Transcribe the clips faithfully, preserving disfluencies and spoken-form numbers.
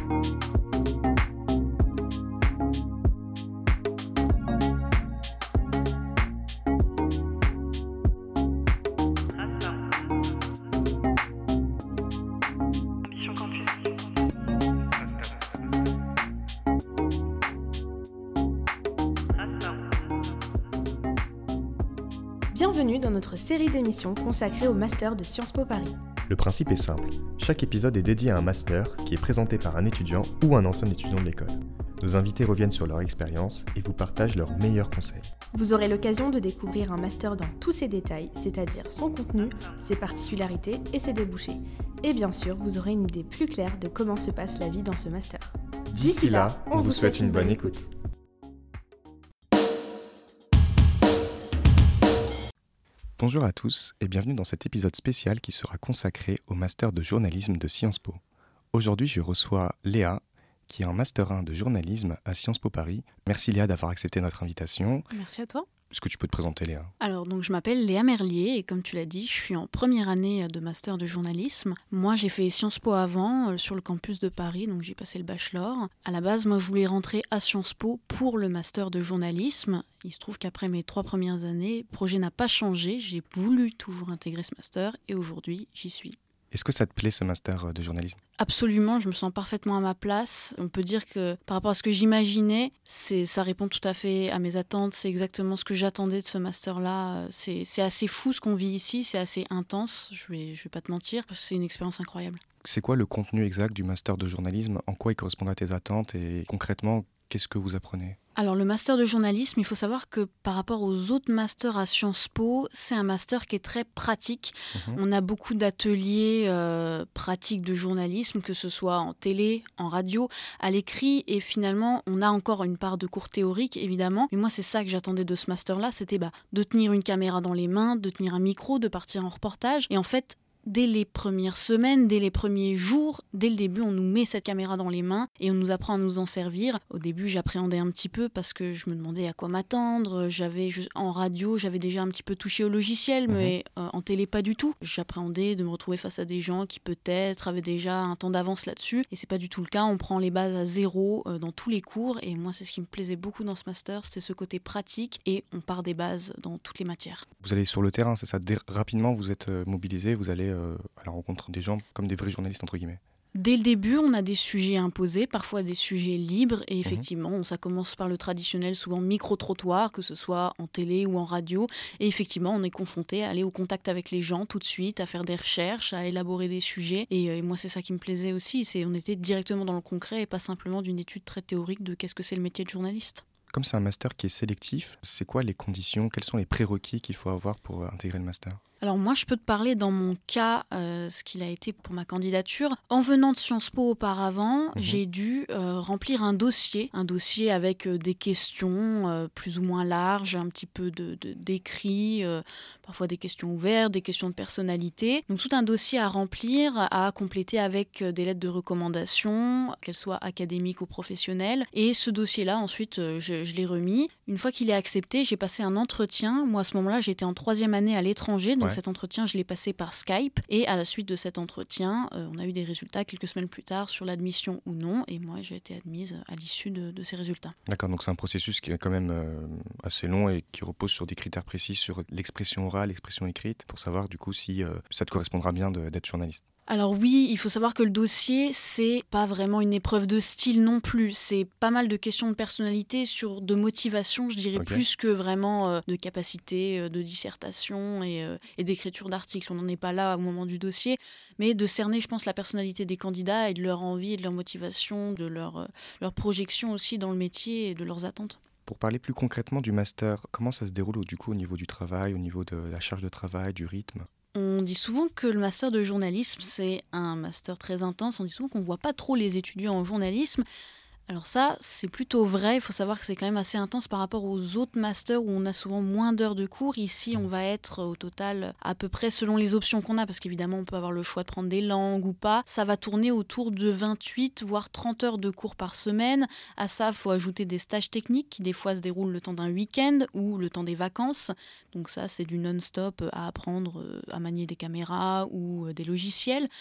Bienvenue dans notre série d'émissions consacrée au Master de Sciences Po Paris. Le principe est simple, chaque épisode est dédié à un master qui est présenté par un étudiant ou un ancien étudiant de l'école. Nos invités reviennent sur leur expérience et vous partagent leurs meilleurs conseils. Vous aurez l'occasion de découvrir un master dans tous ses détails, c'est-à-dire son contenu, ses particularités et ses débouchés. Et bien sûr, vous aurez une idée plus claire de comment se passe la vie dans ce master. D'ici là, on vous souhaite une bonne écoute. Bonjour à tous et bienvenue dans cet épisode spécial qui sera consacré au master de journalisme de Sciences Po. Aujourd'hui, je reçois Léa, qui est en master un de journalisme à Sciences Po Paris. Merci Léa d'avoir accepté notre invitation. Merci à toi. Est-ce que tu peux te présenter, Léa ? Alors, donc, je m'appelle Léa Merlier et comme tu l'as dit, je suis en première année de master de journalisme. Moi, j'ai fait Sciences Po avant, euh, sur le campus de Paris, donc j'ai passé le bachelor. À la base, moi, je voulais rentrer à Sciences Po pour le master de journalisme. Il se trouve qu'après mes trois premières années, le projet n'a pas changé. J'ai voulu toujours intégrer ce master et aujourd'hui, j'y suis. Est-ce que ça te plaît, ce master de journalisme ? Absolument, je me sens parfaitement à ma place. On peut dire que par rapport à ce que j'imaginais, c'est, ça répond tout à fait à mes attentes. C'est exactement ce que j'attendais de ce master-là. C'est, c'est assez fou ce qu'on vit ici, c'est assez intense, je vais, je vais pas te mentir. C'est une expérience incroyable. C'est quoi le contenu exact du master de journalisme ? En quoi il correspond à tes attentes et concrètement, qu'est-ce que vous apprenez ? Alors le master de journalisme, il faut savoir que par rapport aux autres masters à Sciences Po, c'est un master qui est très pratique. Mmh. On a beaucoup d'ateliers euh, pratiques de journalisme, que ce soit en télé, en radio, à l'écrit, et finalement on a encore une part de cours théoriques évidemment. Mais moi c'est ça que j'attendais de ce master-là, c'était bah, de tenir une caméra dans les mains, de tenir un micro, de partir en reportage. Et en fait, dès les premières semaines, dès les premiers jours, dès le début, on nous met cette caméra dans les mains et on nous apprend à nous en servir. Au début, j'appréhendais un petit peu parce que je me demandais à quoi m'attendre. J'avais, en radio, j'avais déjà un petit peu touché au logiciel, mmh. mais euh, en télé, pas du tout. J'appréhendais de me retrouver face à des gens qui peut-être avaient déjà un temps d'avance là-dessus. Et c'est pas du tout le cas. On prend les bases à zéro euh, dans tous les cours. Et moi, c'est ce qui me plaisait beaucoup dans ce master, c'est ce côté pratique et on part des bases dans toutes les matières. Vous allez sur le terrain, c'est ça ? Dès, rapidement, vous êtes euh, mobilisés, vous allez euh, à la rencontre des gens comme des vrais journalistes, entre guillemets. Dès le début, on a des sujets imposés, parfois des sujets libres, et effectivement, mmh. ça commence par le traditionnel, souvent micro-trottoir, que ce soit en télé ou en radio, et effectivement, on est confronté à aller au contact avec les gens tout de suite, à faire des recherches, à élaborer des sujets, et, et moi, c'est ça qui me plaisait aussi, c'est on était directement dans le concret, et pas simplement d'une étude très théorique de qu'est-ce que c'est le métier de journaliste. Comme c'est un master qui est sélectif, c'est quoi les conditions, quels sont les prérequis qu'il faut avoir pour intégrer le master ? Alors moi, je peux te parler dans mon cas, euh, ce qu'il a été pour ma candidature. En venant de Sciences Po auparavant, mmh. j'ai dû euh, remplir un dossier, un dossier avec euh, des questions euh, plus ou moins larges, un petit peu de, de, d'écrit, euh, parfois des questions ouvertes, des questions de personnalité. Donc tout un dossier à remplir, à compléter avec euh, des lettres de recommandation, qu'elles soient académiques ou professionnelles. Et ce dossier-là, ensuite, euh, je, je l'ai remis. Une fois qu'il est accepté, j'ai passé un entretien. Moi, à ce moment-là, j'étais en troisième année à l'étranger, donc ouais. cet entretien, je l'ai passé par Skype. Et à la suite de cet entretien, euh, on a eu des résultats quelques semaines plus tard sur l'admission ou non. Et moi, j'ai été admise à l'issue de, de ces résultats. D'accord, donc c'est un processus qui est quand même euh, assez long et qui repose sur des critères précis, sur l'expression orale, l'expression écrite, pour savoir du coup si euh, ça te correspondra bien de, d'être journaliste. Alors oui, il faut savoir que le dossier, c'est pas vraiment une épreuve de style non plus. C'est pas mal de questions de personnalité, sur de motivation, je dirais, okay. plus que vraiment euh, de capacité euh, de dissertation et, euh, et d'écriture d'articles. On n'en est pas là au moment du dossier, mais de cerner, je pense, la personnalité des candidats et de leur envie et de leur motivation, de leur, euh, leur projection aussi dans le métier et de leurs attentes. Pour parler plus concrètement du master, comment ça se déroule du coup au niveau du travail, au niveau de la charge de travail, du rythme ? On dit souvent que le master de journalisme, c'est un master très intense. On dit souvent qu'on ne voit pas trop les étudiants en journalisme. Alors ça, c'est plutôt vrai. Il faut savoir que c'est quand même assez intense par rapport aux autres masters où on a souvent moins d'heures de cours. Ici, on va être au total à peu près selon les options qu'on a, parce qu'évidemment, on peut avoir le choix de prendre des langues ou pas. Ça va tourner autour de vingt-huit, voire trente heures de cours par semaine. À ça, il faut ajouter des stages techniques qui, des fois, se déroulent le temps d'un week-end ou le temps des vacances. Donc ça, c'est du non-stop à apprendre à manier des caméras ou des logiciels.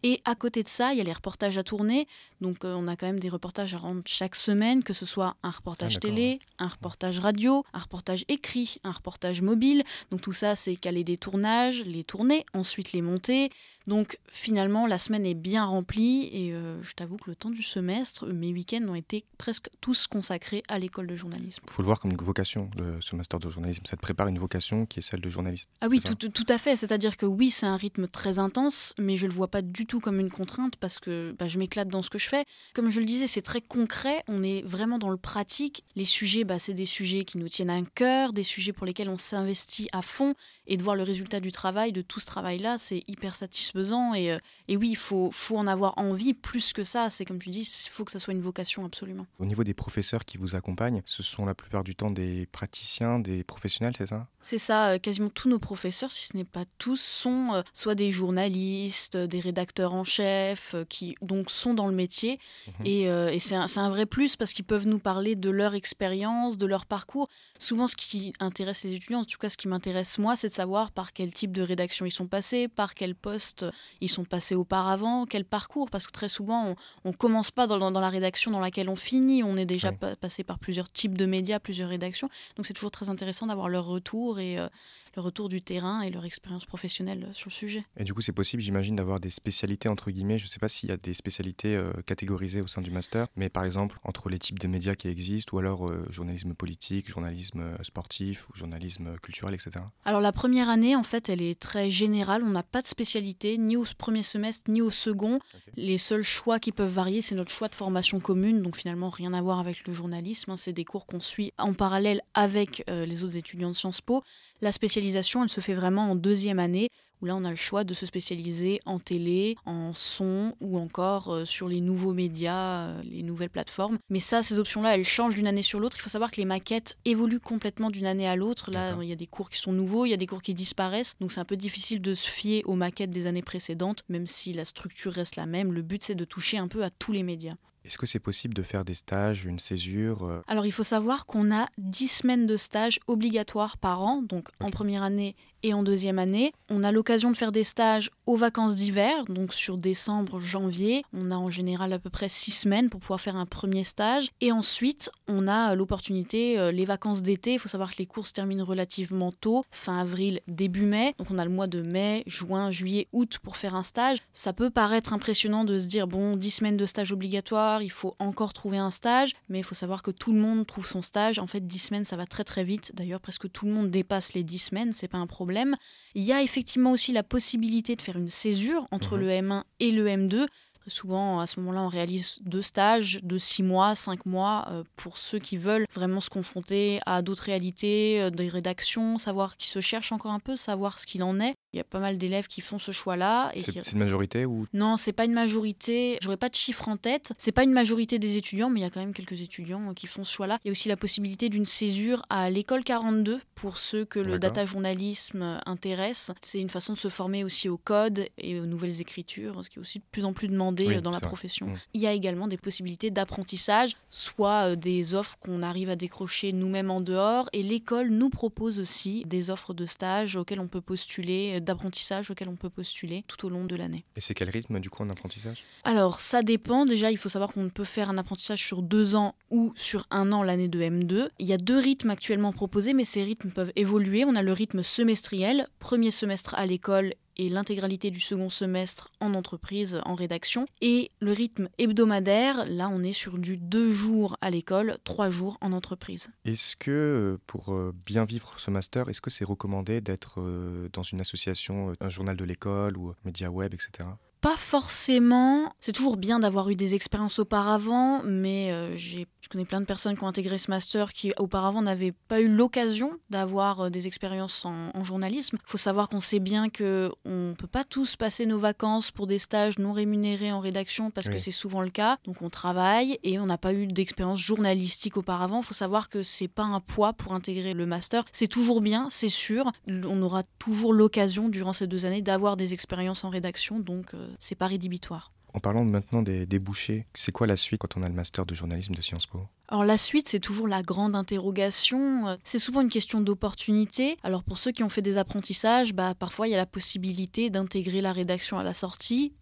Et à côté de ça, il y a les reportages à tourner. Donc euh, on a quand même des reportages à rendre chaque semaine, que ce soit un reportage ah, télé, un reportage radio, un reportage écrit, un reportage mobile. Donc tout ça, c'est caler des tournages, les tourner, ensuite les monter. Donc finalement, la semaine est bien remplie et euh, je t'avoue que le temps du semestre, mes week-ends ont été presque tous consacrés à l'école de journalisme. Il faut le voir comme une vocation, le, ce master de journalisme. Ça te prépare une vocation qui est celle de journaliste. Ah oui, tout, tout à fait. C'est-à-dire que oui, c'est un rythme très intense, mais je ne le vois pas du tout comme une contrainte parce que bah, je m'éclate dans ce que je fais. Comme je le disais, c'est très concret. On est vraiment dans le pratique. Les sujets, bah, c'est des sujets qui nous tiennent à cœur, des sujets pour lesquels on s'investit à fond. Et de voir le résultat du travail, de tout ce travail-là, c'est hyper satisfaisant. Et, euh, et oui, il faut, faut en avoir envie plus que ça. C'est comme tu dis, il faut que ça soit une vocation absolument. Au niveau des professeurs qui vous accompagnent, ce sont la plupart du temps des praticiens, des professionnels, c'est ça ? C'est ça, quasiment tous nos professeurs, si ce n'est pas tous, sont euh, soit des journalistes, des rédacteurs en chef, euh, qui donc sont dans le métier. Mmh. Et, euh, et c'est, un, c'est un vrai plus parce qu'ils peuvent nous parler de leur expérience, de leur parcours. Souvent, ce qui intéresse les étudiants, en tout cas ce qui m'intéresse moi, c'est de savoir par quel type de rédaction ils sont passés, par quel poste ils sont passés auparavant, quel parcours. Parce que très souvent, on ne commence pas dans, dans, dans la rédaction dans laquelle on finit. On est déjà oui. pa- passé par plusieurs types de médias, plusieurs rédactions. Donc c'est toujours très intéressant d'avoir leur retour et euh, le retour du terrain et leur expérience professionnelle sur le sujet. Et du coup, c'est possible, j'imagine, d'avoir des spécialités, entre guillemets. Je ne sais pas s'il y a des spécialités euh, catégorisées au sein du master, mais par exemple, entre les types de médias qui existent, ou alors euh, journalisme politique, journalisme euh, sportif, ou journalisme euh, culturel, et cetera. Alors la première année, en fait, elle est très générale. On n'a pas de spécialité, ni au premier semestre, ni au second. Okay. Les seuls choix qui peuvent varier, c'est notre choix de formation commune, donc finalement, rien à voir avec le journalisme. Hein. C'est des cours qu'on suit en parallèle avec euh, les autres étudiants de Sciences Po. La spécialisation, elle se fait vraiment en deuxième année, où là, on a le choix de se spécialiser en télé, en son ou encore euh, sur les nouveaux médias, euh, les nouvelles plateformes. Mais ça, ces options-là, elles changent d'une année sur l'autre. Il faut savoir que les maquettes évoluent complètement d'une année à l'autre. Là, il y a des cours qui sont nouveaux, il y a des cours qui disparaissent. Donc, c'est un peu difficile de se fier aux maquettes des années précédentes, même si la structure reste la même. Le but, c'est de toucher un peu à tous les médias. Est-ce que c'est possible de faire des stages, une césure euh... Alors, il faut savoir qu'on a dix semaines de stages obligatoires par an, donc okay. en première année et en deuxième année. On a l'occasion de faire des stages aux vacances d'hiver, donc sur décembre, janvier. On a en général à peu près six semaines pour pouvoir faire un premier stage. Et ensuite, on a l'opportunité, euh, les vacances d'été. Il faut savoir que les cours se terminent relativement tôt, fin avril, début mai. Donc on a le mois de mai, juin, juillet, août pour faire un stage. Ça peut paraître impressionnant de se dire, bon, dix semaines de stage obligatoire, il faut encore trouver un stage. Mais il faut savoir que tout le monde trouve son stage. En fait, dix semaines, ça va très très vite. D'ailleurs, presque tout le monde dépasse les dix semaines, c'est pas un problème. Il y a effectivement aussi la possibilité de faire une césure entre mmh. le M un et le M deux. Très souvent, à ce moment-là, on réalise deux stages de six mois, cinq mois euh, pour ceux qui veulent vraiment se confronter à d'autres réalités, euh, des rédactions, savoir qui se cherchent encore un peu, savoir ce qu'il en est. Il y a pas mal d'élèves qui font ce choix-là. Et c'est, qui... c'est une majorité ou... Non, c'est pas une majorité. J'aurais pas de chiffre en tête. C'est pas une majorité des étudiants, mais il y a quand même quelques étudiants qui font ce choix-là. Il y a aussi la possibilité d'une césure à l'école quarante-deux pour ceux que le D'accord. data journalisme intéresse. C'est une façon de se former aussi au code et aux nouvelles écritures, ce qui est aussi de plus en plus demandé oui, dans la profession. Mmh. Il y a également des possibilités d'apprentissage, soit des offres qu'on arrive à décrocher nous-mêmes en dehors, et l'école nous propose aussi des offres de stage auxquelles on peut postuler, d'apprentissage auquel on peut postuler tout au long de l'année. Et c'est quel rythme du coup en apprentissage ? Alors ça dépend, déjà il faut savoir qu'on peut faire un apprentissage sur deux ans ou sur un an l'année de M deux. Il y a deux rythmes actuellement proposés, mais ces rythmes peuvent évoluer. On a le rythme semestriel, premier semestre à l'école et l'intégralité du second semestre en entreprise, en rédaction. Et le rythme hebdomadaire, là on est sur du deux jours à l'école, trois jours en entreprise. Est-ce que pour bien vivre ce master, est-ce que c'est recommandé d'être dans une association, un journal de l'école ou média web, et cetera ? Pas forcément. C'est toujours bien d'avoir eu des expériences auparavant, mais euh, j'ai, je connais plein de personnes qui ont intégré ce master qui auparavant n'avaient pas eu l'occasion d'avoir euh, des expériences en, en journalisme. Il faut savoir qu'on sait bien qu'on ne peut pas tous passer nos vacances pour des stages non rémunérés en rédaction parce oui. que c'est souvent le cas. Donc on travaille et on n'a pas eu d'expérience journalistique auparavant. Il faut savoir que c'est pas un poids pour intégrer le master. C'est toujours bien, c'est sûr. On aura toujours l'occasion durant ces deux années d'avoir des expériences en rédaction, donc euh, c'est pas rédhibitoire. En parlant maintenant des débouchés, c'est quoi la suite quand on a le master de journalisme de Sciences Po ? Alors la suite, c'est toujours la grande interrogation. C'est souvent une question d'opportunité. Alors pour ceux qui ont fait des apprentissages, bah, parfois il y a la possibilité d'intégrer la rédaction à la sortie.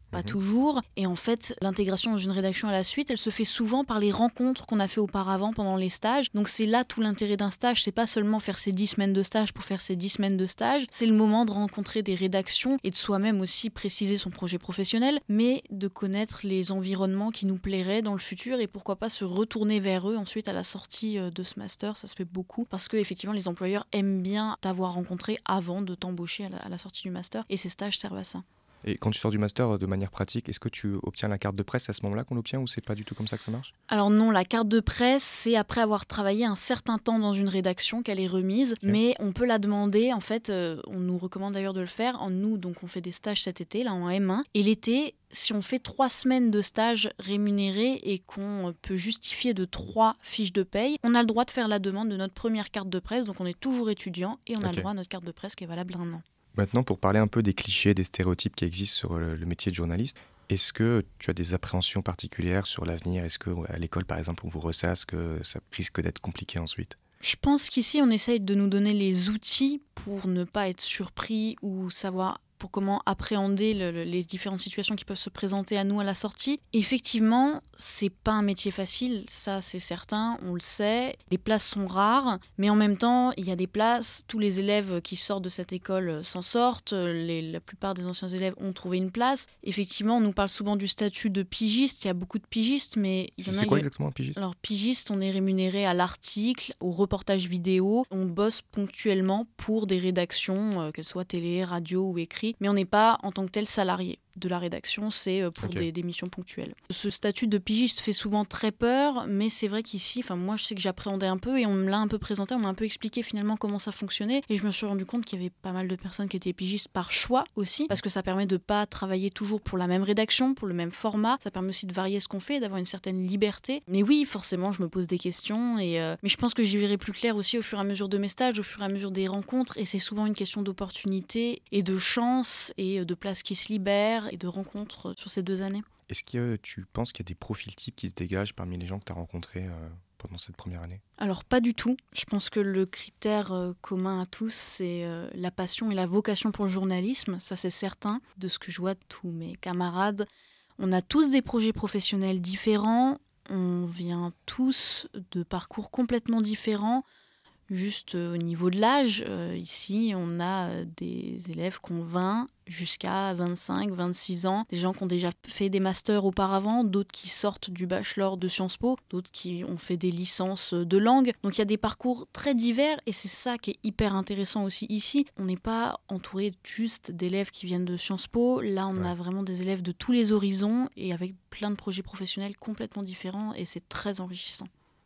pas mmh. toujours. Et en fait, l'intégration dans une rédaction à la suite, elle se fait souvent par les rencontres qu'on a fait auparavant pendant les stages. Donc c'est là tout l'intérêt d'un stage, c'est pas seulement faire ses dix semaines de stage pour faire ses dix semaines de stage, c'est le moment de rencontrer des rédactions et de soi-même aussi préciser son projet professionnel, mais de connaître les environnements qui nous plairaient dans le futur et pourquoi pas se retourner vers eux ensuite à la sortie de ce master. Ça se fait beaucoup parce que effectivement les employeurs aiment bien t'avoir rencontré avant de t'embaucher à la, à la sortie du master et ces stages servent à ça. Et quand tu sors du master de manière pratique, est-ce que tu obtiens la carte de presse, c'est à ce moment-là qu'on l'obtient ou c'est pas du tout comme ça que ça marche ? Alors non, la carte de presse, c'est après avoir travaillé un certain temps dans une rédaction qu'elle est remise, okay. Mais on peut la demander, en fait, euh, on nous recommande d'ailleurs de le faire. En nous, donc on fait des stages cet été, là en M un, et l'été, si on fait trois semaines de stage rémunérés et qu'on peut justifier de trois fiches de paye, on a le droit de faire la demande de notre première carte de presse, donc on est toujours étudiant et on a okay. le droit à notre carte de presse qui est valable un an. Maintenant, pour parler un peu des clichés, des stéréotypes qui existent sur le, le métier de journaliste, est-ce que tu as des appréhensions particulières sur l'avenir ? Est-ce qu'à l'école, par exemple, on vous ressasse que ça risque d'être compliqué ensuite ? Je pense qu'ici, on essaye de nous donner les outils pour ne pas être surpris ou savoir pour comment appréhender le, le, les différentes situations qui peuvent se présenter à nous à la sortie. Effectivement, c'est pas un métier facile, ça c'est certain, on le sait. Les places sont rares, mais en même temps, il y a des places. Tous les élèves qui sortent de cette école s'en sortent. Les, la plupart des anciens élèves ont trouvé une place. Effectivement, on nous parle souvent du statut de pigiste. Il y a beaucoup de pigistes, mais il y en c'est a. C'est quoi il y a... exactement un pigiste ? Alors pigiste, on est rémunéré à l'article, au reportage vidéo. On bosse ponctuellement pour des rédactions, euh, qu'elles soient télé, radio ou écrit. Mais on n'est pas en tant que tel salarié de la rédaction, c'est pour okay. des, des missions ponctuelles. Ce statut de pigiste fait souvent très peur, mais c'est vrai qu'ici, enfin moi je sais que j'appréhendais un peu et on me l'a un peu présenté, on m'a un peu expliqué finalement comment ça fonctionnait et je me suis rendu compte qu'il y avait pas mal de personnes qui étaient pigistes par choix aussi, parce que ça permet de pas travailler toujours pour la même rédaction, pour le même format, ça permet aussi de varier ce qu'on fait, d'avoir une certaine liberté. Mais oui, forcément, je me pose des questions, et euh, mais je pense que j'y verrai plus clair aussi au fur et à mesure de mes stages, au fur et à mesure des rencontres, et c'est souvent une question d'opportunité et de chance et de places qui se libèrent et de rencontres sur ces deux années. Est-ce que tu penses qu'il y a des profils types qui se dégagent parmi les gens que tu as rencontrés euh, pendant cette première année ? Alors pas du tout. Je pense que le critère euh, commun à tous, c'est euh, la passion et la vocation pour le journalisme. Ça, c'est certain. De ce que je vois de tous mes camarades, on a tous des projets professionnels différents. On vient tous de parcours complètement différents. Juste euh, au niveau de l'âge, euh, ici, on a euh, des élèves qui ont vingt jusqu'à vingt-cinq, vingt-six ans, des gens qui ont déjà fait des masters auparavant, d'autres qui sortent du bachelor de Sciences Po, d'autres qui ont fait des licences de langue. Donc il y a des parcours très divers et c'est ça qui est hyper intéressant aussi ici. On n'est pas entouré juste d'élèves qui viennent de Sciences Po, là on ouais. a vraiment des élèves de tous les horizons et avec plein de projets professionnels complètement différents et c'est très enrichissant.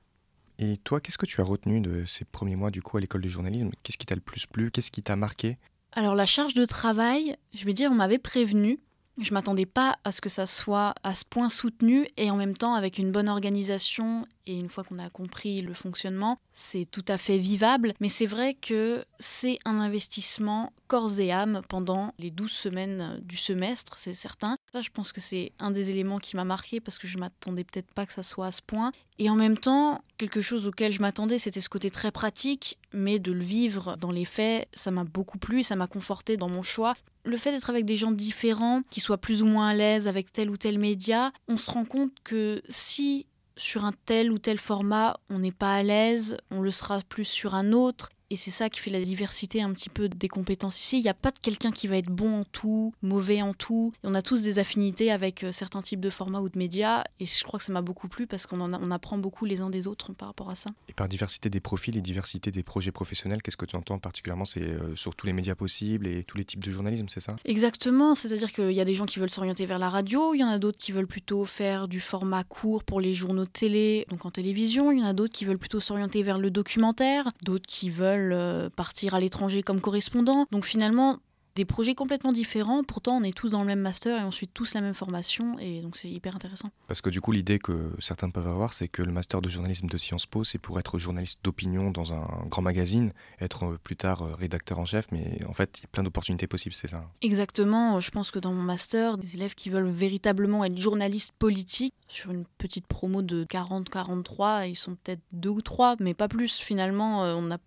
Et toi, qu'est-ce que tu as retenu de ces premiers mois du coup à l'école de journalisme ? Qu'est-ce qui t'a le plus plu ? Qu'est-ce qui t'a marqué ? Alors la charge de travail, je vais dire, on m'avait prévenu. Je ne m'attendais pas à ce que ça soit à ce point soutenu et en même temps avec une bonne organisation. Et une fois qu'on a compris le fonctionnement, c'est tout à fait vivable. Mais c'est vrai que c'est un investissement corps et âme pendant les douze semaines du semestre, c'est certain. Ça, je pense que c'est un des éléments qui m'a marqué parce que je ne m'attendais peut-être pas que ça soit à ce point. Et en même temps, quelque chose auquel je m'attendais, c'était ce côté très pratique, mais de le vivre dans les faits, ça m'a beaucoup plu et ça m'a conforté dans mon choix. Le fait d'être avec des gens différents, qui soient plus ou moins à l'aise avec tel ou tel média, on se rend compte que si sur un tel ou tel format, on n'est pas à l'aise, on le sera plus sur un autre. Et c'est ça qui fait la diversité un petit peu des compétences ici. Il n'y a pas de quelqu'un qui va être bon en tout, mauvais en tout. Et on a tous des affinités avec certains types de formats ou de médias. Et je crois que ça m'a beaucoup plu parce qu'on en a, on apprend beaucoup les uns des autres par rapport à ça. Et par diversité des profils et diversité des projets professionnels, qu'est-ce que tu entends particulièrement ? C'est euh, sur tous les médias possibles et tous les types de journalisme, c'est ça ? Exactement. C'est-à-dire qu'il y a des gens qui veulent s'orienter vers la radio. Il y en a d'autres qui veulent plutôt faire du format court pour les journaux de télé, donc en télévision. Il y en a d'autres qui veulent plutôt s'orienter vers le documentaire. D'autres qui veulent partir à l'étranger comme correspondant. Donc finalement, des projets complètement différents, pourtant on est tous dans le même master et on suit tous la même formation et donc c'est hyper intéressant. Parce que du coup l'idée que certains peuvent avoir, c'est que le master de journalisme de Sciences Po, c'est pour être journaliste d'opinion dans un grand magazine, être plus tard rédacteur en chef, mais en fait il y a plein d'opportunités possibles, c'est ça ? Exactement, je pense que dans mon master, des élèves qui veulent véritablement être journalistes politiques, sur une petite promo de quarante à quarante-trois, ils sont peut-être deux ou trois, mais pas plus. Finalement, on a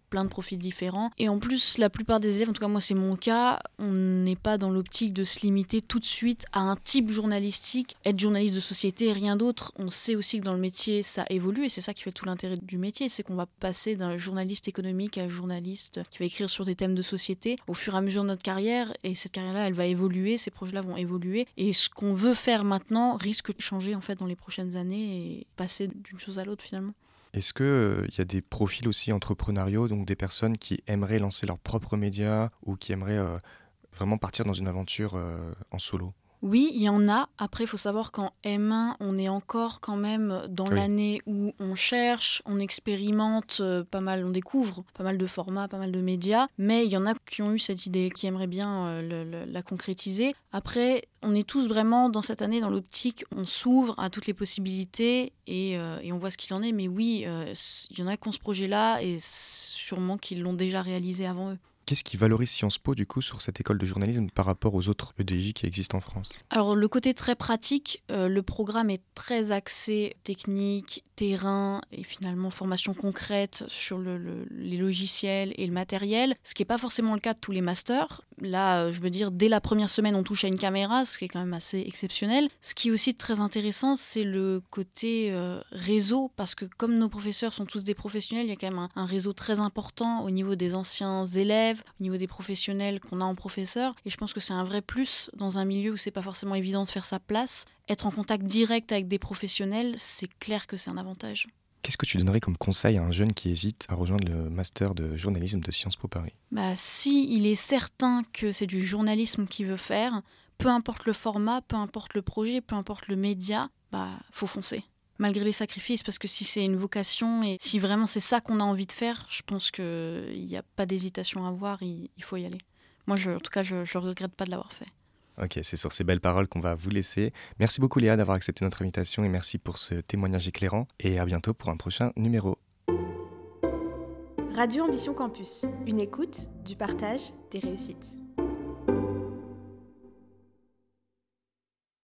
plein de profils différents. Et en plus, la plupart des élèves, en tout cas moi c'est mon cas, on n'est pas dans l'optique de se limiter tout de suite à un type journalistique, être journaliste de société et rien d'autre. On sait aussi que dans le métier, ça évolue et c'est ça qui fait tout l'intérêt du métier, c'est qu'on va passer d'un journaliste économique à un journaliste qui va écrire sur des thèmes de société au fur et à mesure de notre carrière, et cette carrière-là, elle va évoluer, ces projets-là vont évoluer, et ce qu'on veut faire maintenant risque de changer en fait dans les prochaines années et passer d'une chose à l'autre finalement. Est-ce qu'il euh, y a des profils aussi entrepreneuriaux, donc des personnes qui aimeraient lancer leurs propres médias ou qui aimeraient euh, vraiment partir dans une aventure euh, en solo ? Oui, il y en a. Après, il faut savoir qu'en M un, on est encore quand même dans oui. l'année où on cherche, on expérimente euh, pas mal, on découvre pas mal de formats, pas mal de médias. Mais il y en a qui ont eu cette idée, qui aimeraient bien euh, le, le, la concrétiser. Après, on est tous vraiment dans cette année, dans l'optique, on s'ouvre à toutes les possibilités et, euh, et on voit ce qu'il en est. Mais oui, euh, il y en a qui ont ce projet-là et sûrement qu'ils l'ont déjà réalisé avant eux. Qu'est-ce qui valorise Sciences Po, du coup, sur cette école de journalisme par rapport aux autres E D J qui existent en France ? Alors, le côté très pratique, euh, le programme est très axé technique, terrain et finalement formation concrète sur le, le, les logiciels et le matériel, ce qui n'est pas forcément le cas de tous les masters. Là, euh, je veux dire, dès la première semaine, on touche à une caméra, ce qui est quand même assez exceptionnel. Ce qui est aussi très intéressant, c'est le côté euh, réseau, parce que comme nos professeurs sont tous des professionnels, il y a quand même un, un réseau très important au niveau des anciens élèves, au niveau des professionnels qu'on a en professeurs. Et je pense que c'est un vrai plus dans un milieu où c'est pas forcément évident de faire sa place. Être en contact direct avec des professionnels, c'est clair que c'est un avantage. Qu'est-ce que tu donnerais comme conseil à un jeune qui hésite à rejoindre le master de journalisme de Sciences Po Paris ? Bah, si il est certain que c'est du journalisme qu'il veut faire, peu importe le format, peu importe le projet, peu importe le média, bah faut foncer. Malgré les sacrifices, parce que si c'est une vocation et si vraiment c'est ça qu'on a envie de faire, je pense qu'il n'y a pas d'hésitation à avoir, il, il faut y aller. Moi, je, en tout cas, je ne regrette pas de l'avoir fait. Ok, c'est sur ces belles paroles qu'on va vous laisser. Merci beaucoup Léa d'avoir accepté notre invitation et merci pour ce témoignage éclairant. Et à bientôt pour un prochain numéro. Radio Ambition Campus, une écoute, du partage, des réussites.